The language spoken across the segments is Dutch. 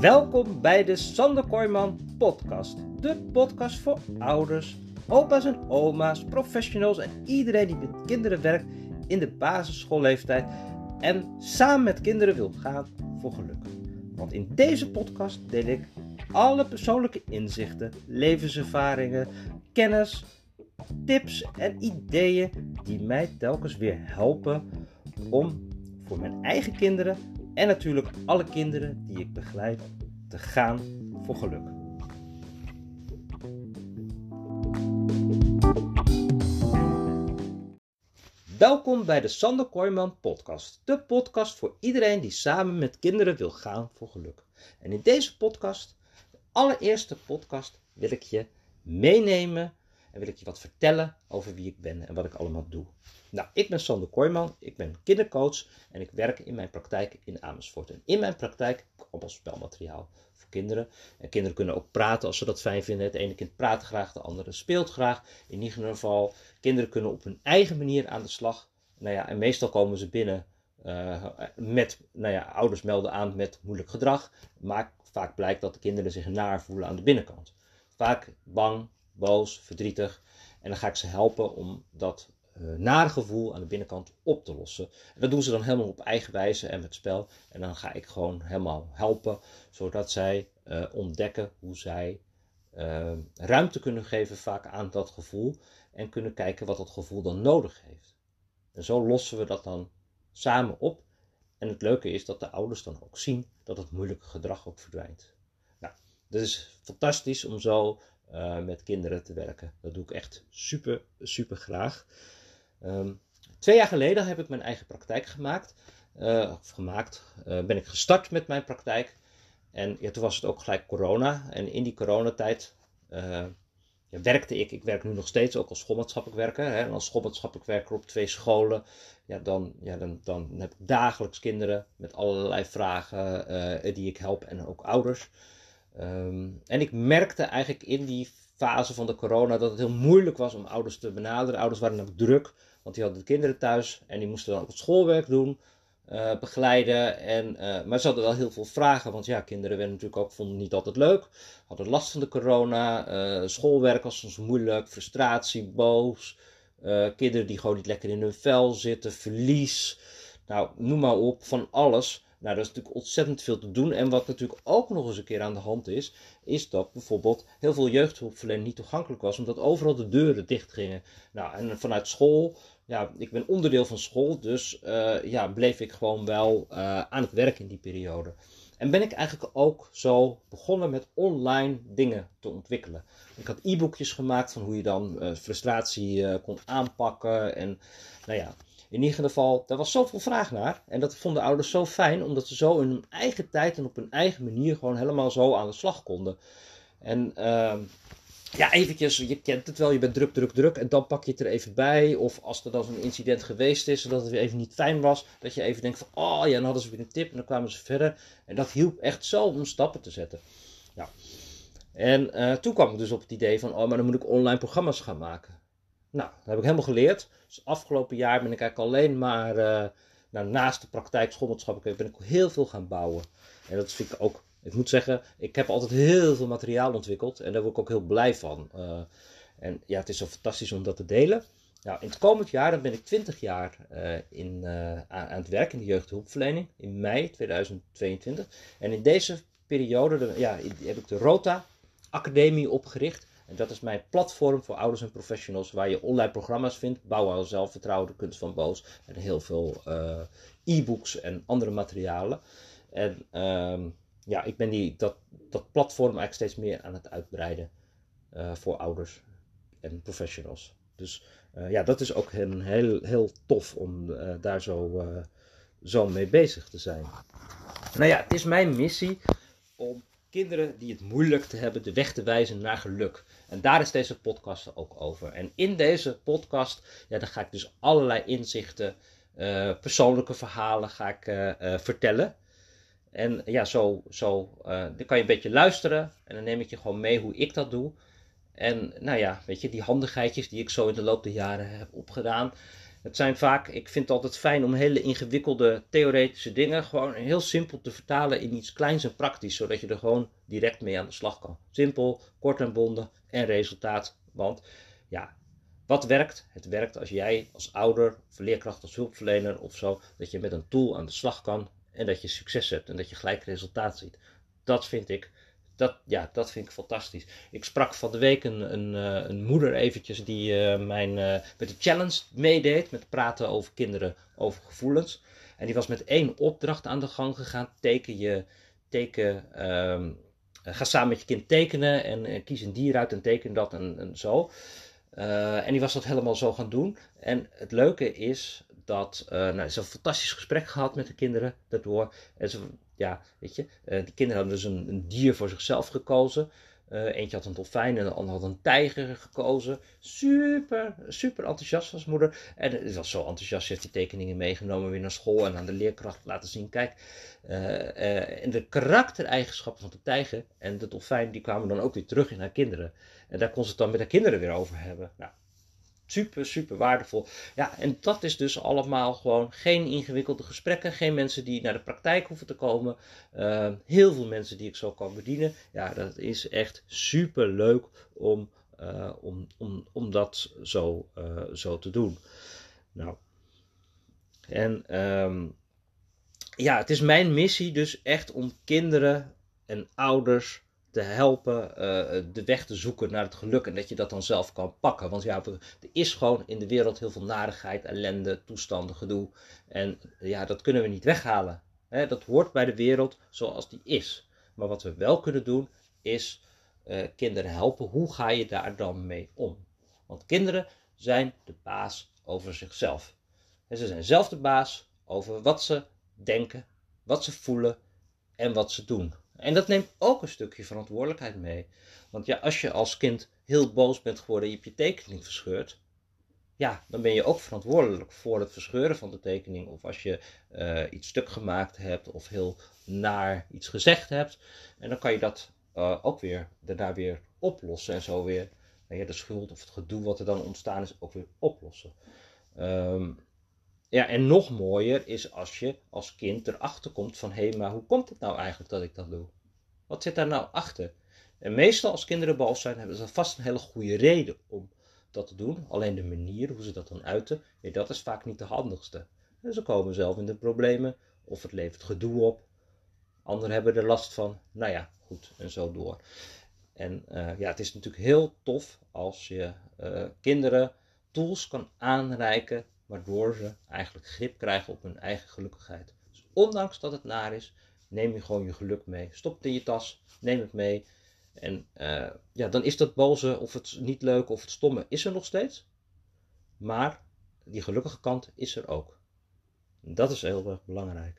Welkom bij de Sander Kooijman podcast. De podcast voor ouders, opa's en oma's, professionals en iedereen die met kinderen werkt in de basisschoolleeftijd en samen met kinderen wil gaan voor geluk. Want in deze podcast deel ik alle persoonlijke inzichten, levenservaringen, kennis, tips en ideeën die mij telkens weer helpen om voor mijn eigen kinderen en natuurlijk alle kinderen die ik begeleid te gaan voor geluk. Welkom bij de Sander Kooijman podcast. De podcast voor iedereen die samen met kinderen wil gaan voor geluk. En in deze podcast, de allereerste podcast, wil ik je meenemen en wil ik je wat vertellen over wie ik ben en wat ik allemaal doe. Nou, ik ben Sander Kooijman, ik ben kindercoach en ik werk in mijn praktijk in Amersfoort. En in mijn praktijk heb ik allemaal spelmateriaal voor kinderen. En kinderen kunnen ook praten als ze dat fijn vinden. Het ene kind praat graag, de andere speelt graag. In ieder geval, kinderen kunnen op hun eigen manier aan de slag. Nou ja, en meestal komen ze binnen met, ouders melden aan met moeilijk gedrag. Maar vaak blijkt dat de kinderen zich naar voelen aan de binnenkant. Vaak bang, boos, verdrietig. En dan ga ik ze helpen om dat nare gevoel aan de binnenkant op te lossen. En dat doen ze dan helemaal op eigen wijze en met spel. En dan ga ik gewoon helemaal helpen, zodat zij ontdekken hoe zij ruimte kunnen geven vaak aan dat gevoel. En kunnen kijken wat dat gevoel dan nodig heeft. En zo lossen we dat dan samen op. En het leuke is dat de ouders dan ook zien dat het moeilijke gedrag ook verdwijnt. Nou, dat is fantastisch om zo met kinderen te werken. Dat doe ik echt super, super graag. 2 jaar geleden heb ik mijn eigen praktijk ben ik gestart met mijn praktijk. En ja, toen was het ook gelijk corona. En in die coronatijd werkte ik. Ik werk nu nog steeds ook als schoolmaatschappelijk werker. Hè. En als schoolmaatschappelijk werker op 2 scholen. Dan heb ik dagelijks kinderen met allerlei vragen die ik help en ook ouders. En ik merkte eigenlijk in die fase van de corona dat het heel moeilijk was om ouders te benaderen. Ouders waren ook druk, want die hadden de kinderen thuis en die moesten dan ook het schoolwerk doen, begeleiden. Maar ze hadden wel heel veel vragen, want ja, kinderen vonden het niet altijd leuk. Hadden last van de corona, schoolwerk was soms moeilijk, frustratie, boos. Kinderen die gewoon niet lekker in hun vel zitten, verlies. Nou, noem maar op, van alles. Nou, dat is natuurlijk ontzettend veel te doen. En wat natuurlijk ook nog eens een keer aan de hand is dat bijvoorbeeld heel veel jeugdhulpverlening niet toegankelijk was, omdat overal de deuren dicht gingen. Nou, en vanuit school, ja, ik ben onderdeel van school, dus bleef ik gewoon wel aan het werk in die periode. En ben ik eigenlijk ook zo begonnen met online dingen te ontwikkelen. Ik had e-boekjes gemaakt van hoe je dan frustratie kon aanpakken en nou ja. In ieder geval, daar was zoveel vraag naar. En dat vonden ouders zo fijn, omdat ze zo in hun eigen tijd en op hun eigen manier gewoon helemaal zo aan de slag konden. En eventjes, je kent het wel, je bent druk. En dan pak je het er even bij. Of als er dan zo'n incident geweest is, zodat het weer even niet fijn was. Dat je even denkt van, oh ja, dan hadden ze weer een tip en dan kwamen ze verder. En dat hielp echt zo om stappen te zetten. Ja. En toen kwam ik dus op het idee van, maar dan moet ik online programma's gaan maken. Nou, dat heb ik helemaal geleerd. Dus afgelopen jaar ben ik eigenlijk alleen maar naast de praktijk schoolmaatschappelijk ben ik heel veel gaan bouwen. En dat vind ik ook, ik moet zeggen, ik heb altijd heel veel materiaal ontwikkeld en daar word ik ook heel blij van. En ja, het is zo fantastisch om dat te delen. Nou, in het komend jaar dan ben ik 20 jaar aan het werk in de jeugdhulpverlening in mei 2022. En in deze periode heb ik de Rota Academie opgericht. En dat is mijn platform voor ouders en professionals waar je online programma's vindt. Bouwen aan zelfvertrouwen, de kunst van boos. En heel veel e-books en andere materialen. En ik ben dat platform eigenlijk steeds meer aan het uitbreiden voor ouders en professionals. Dus dat is ook heel tof om daar zo mee bezig te zijn. Nou ja, het is mijn missie om kinderen die het moeilijk te hebben de weg te wijzen naar geluk. En daar is deze podcast ook over. En in deze podcast, dan ga ik dus allerlei inzichten, persoonlijke verhalen ga ik vertellen. En ja, dan kan je een beetje luisteren en dan neem ik je gewoon mee hoe ik dat doe. En nou ja, weet je, die handigheidjes die ik zo in de loop der jaren heb opgedaan, Het zijn vaak, ik vind het altijd fijn om hele ingewikkelde theoretische dingen gewoon heel simpel te vertalen in iets kleins en praktisch, zodat je er gewoon direct mee aan de slag kan. Simpel, kort en bondig en resultaat. Want ja, wat werkt? Het werkt als jij als ouder, of leerkracht, als hulpverlener of zo, dat je met een tool aan de slag kan en dat je succes hebt en dat je gelijk resultaat ziet. Dat vind ik, dat vind ik fantastisch. Ik sprak van de week een moeder eventjes die met de challenge meedeed, met praten over kinderen, over gevoelens. En die was met 1 opdracht aan de gang gegaan. Ga samen met je kind tekenen en kies een dier uit en teken dat en zo. En die was dat helemaal zo gaan doen. En het leuke is dat ze een fantastisch gesprek gehad met de kinderen daardoor. En weet je, die kinderen hadden dus een dier voor zichzelf gekozen. Eentje had een dolfijn en de ander had een tijger gekozen. Super, super enthousiast was moeder. En het was zo enthousiast, ze heeft die tekeningen meegenomen weer naar school en aan de leerkracht laten zien. Kijk, en de karaktereigenschappen van de tijger en de dolfijn, die kwamen dan ook weer terug in haar kinderen. En daar kon ze het dan met haar kinderen weer over hebben. Nou, super, super waardevol. Ja, en dat is dus allemaal gewoon geen ingewikkelde gesprekken. Geen mensen die naar de praktijk hoeven te komen. Heel veel mensen die ik zo kan bedienen. Ja, dat is echt super leuk om dat zo te doen. Nou, en het is mijn missie dus echt om kinderen en ouders te helpen de weg te zoeken naar het geluk en dat je dat dan zelf kan pakken. Want ja, er is gewoon in de wereld heel veel narigheid, ellende, toestanden, gedoe. En ja, dat kunnen we niet weghalen. Dat hoort bij de wereld zoals die is. Maar wat we wel kunnen doen is kinderen helpen. Hoe ga je daar dan mee om? Want kinderen zijn de baas over zichzelf. En ze zijn zelf de baas over wat ze denken, wat ze voelen en wat ze doen. En dat neemt ook een stukje verantwoordelijkheid mee. Want ja, als je als kind heel boos bent geworden en je hebt je tekening verscheurd, ja, dan ben je ook verantwoordelijk voor het verscheuren van de tekening. Of als je iets stuk gemaakt hebt of heel naar iets gezegd hebt. En dan kan je dat ook weer daarna weer oplossen en zo weer de schuld of het gedoe wat er dan ontstaan is ook weer oplossen. En nog mooier is als je als kind erachter komt van hé, maar hoe komt het nou eigenlijk dat ik dat doe? Wat zit daar nou achter? En meestal als kinderen boos zijn, hebben ze vast een hele goede reden om dat te doen. Alleen de manier hoe ze dat dan uiten, dat is vaak niet de handigste. En ze komen zelf in de problemen of het levert gedoe op. Anderen hebben er last van. Nou ja, goed, en zo door. En het is natuurlijk heel tof als je kinderen tools kan aanreiken waardoor ze eigenlijk grip krijgen op hun eigen gelukkigheid. Dus ondanks dat het naar is, neem je gewoon je geluk mee. Stop het in je tas, neem het mee. En dan is dat boze of het niet leuke of het stomme is er nog steeds. Maar die gelukkige kant is er ook. En dat is heel erg belangrijk.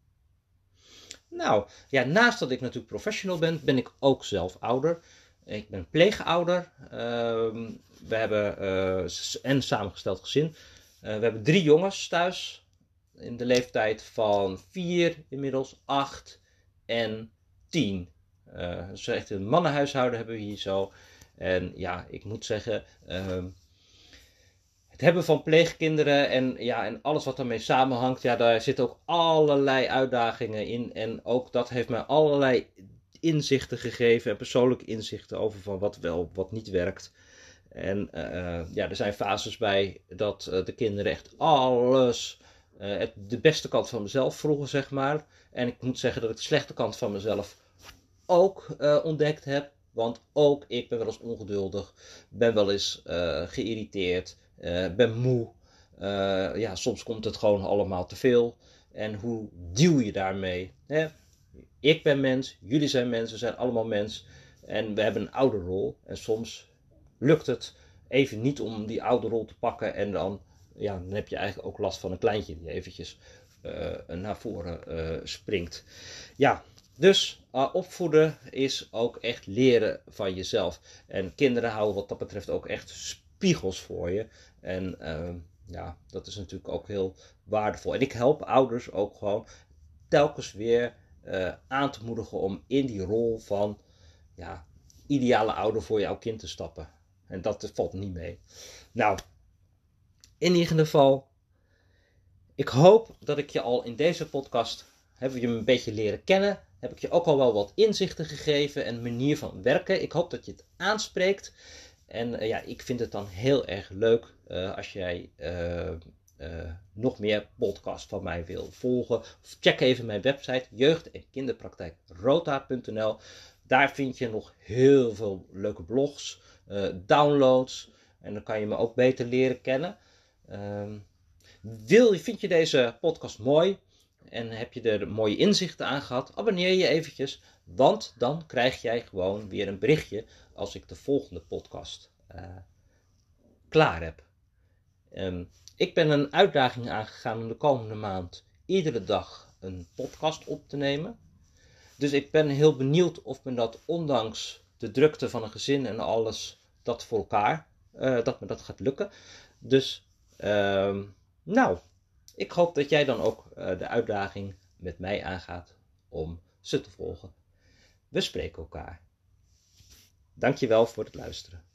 Nou, ja, naast dat ik natuurlijk professional ben ik ook zelf ouder. Ik ben pleegouder. We hebben een samengesteld gezin. We hebben 3 jongens thuis. In de leeftijd van 4, inmiddels 8 en 10. Dus echt een mannenhuishouden hebben we hier zo. En ja, ik moet zeggen, het hebben van pleegkinderen en alles wat daarmee samenhangt, ja, daar zitten ook allerlei uitdagingen in. En ook dat heeft mij allerlei inzichten gegeven en persoonlijke inzichten over van wat wel, wat niet werkt. En er zijn fases bij dat de kinderen echt alles, de beste kant van mezelf vroegen, zeg maar. En ik moet zeggen dat ik de slechte kant van mezelf ook ontdekt heb. Want ook ik ben wel eens ongeduldig, ben wel eens geïrriteerd, ben moe. Soms komt het gewoon allemaal te veel. En hoe deal je daarmee? Hè? Ik ben mens, jullie zijn mensen, we zijn allemaal mens. En we hebben een ouderrol. En soms lukt het even niet om die ouderrol te pakken. En dan heb je eigenlijk ook last van een kleintje die eventjes naar voren springt. Ja, dus opvoeden is ook echt leren van jezelf. En kinderen houden wat dat betreft ook echt spiegels voor je. En dat is natuurlijk ook heel waardevol. En ik help ouders ook gewoon telkens weer aan te moedigen om in die rol van ideale ouder voor jouw kind te stappen. En dat valt niet mee. Nou, in ieder geval, Ik hoop dat ik je al in deze podcast, heb je me een beetje leren kennen, heb ik je ook al wel wat inzichten gegeven en manier van werken. Ik hoop dat je het aanspreekt. En ik vind het dan heel erg leuk als jij nog meer podcasts van mij wil volgen. Check even mijn website jeugd- en kinderpraktijkrota.nl. Daar vind je nog heel veel leuke blogs, downloads. En dan kan je me ook beter leren kennen. Vind je deze podcast mooi en heb je er mooie inzichten aan gehad? Abonneer je eventjes, want dan krijg jij gewoon weer een berichtje als ik de volgende podcast klaar heb. Ik ben een uitdaging aangegaan om de komende maand iedere dag een podcast op te nemen. Dus ik ben heel benieuwd of me dat ondanks de drukte van een gezin en alles dat voor elkaar, dat me dat gaat lukken. Dus ik hoop dat jij dan ook de uitdaging met mij aangaat om ze te volgen. We spreken elkaar. Dankjewel voor het luisteren.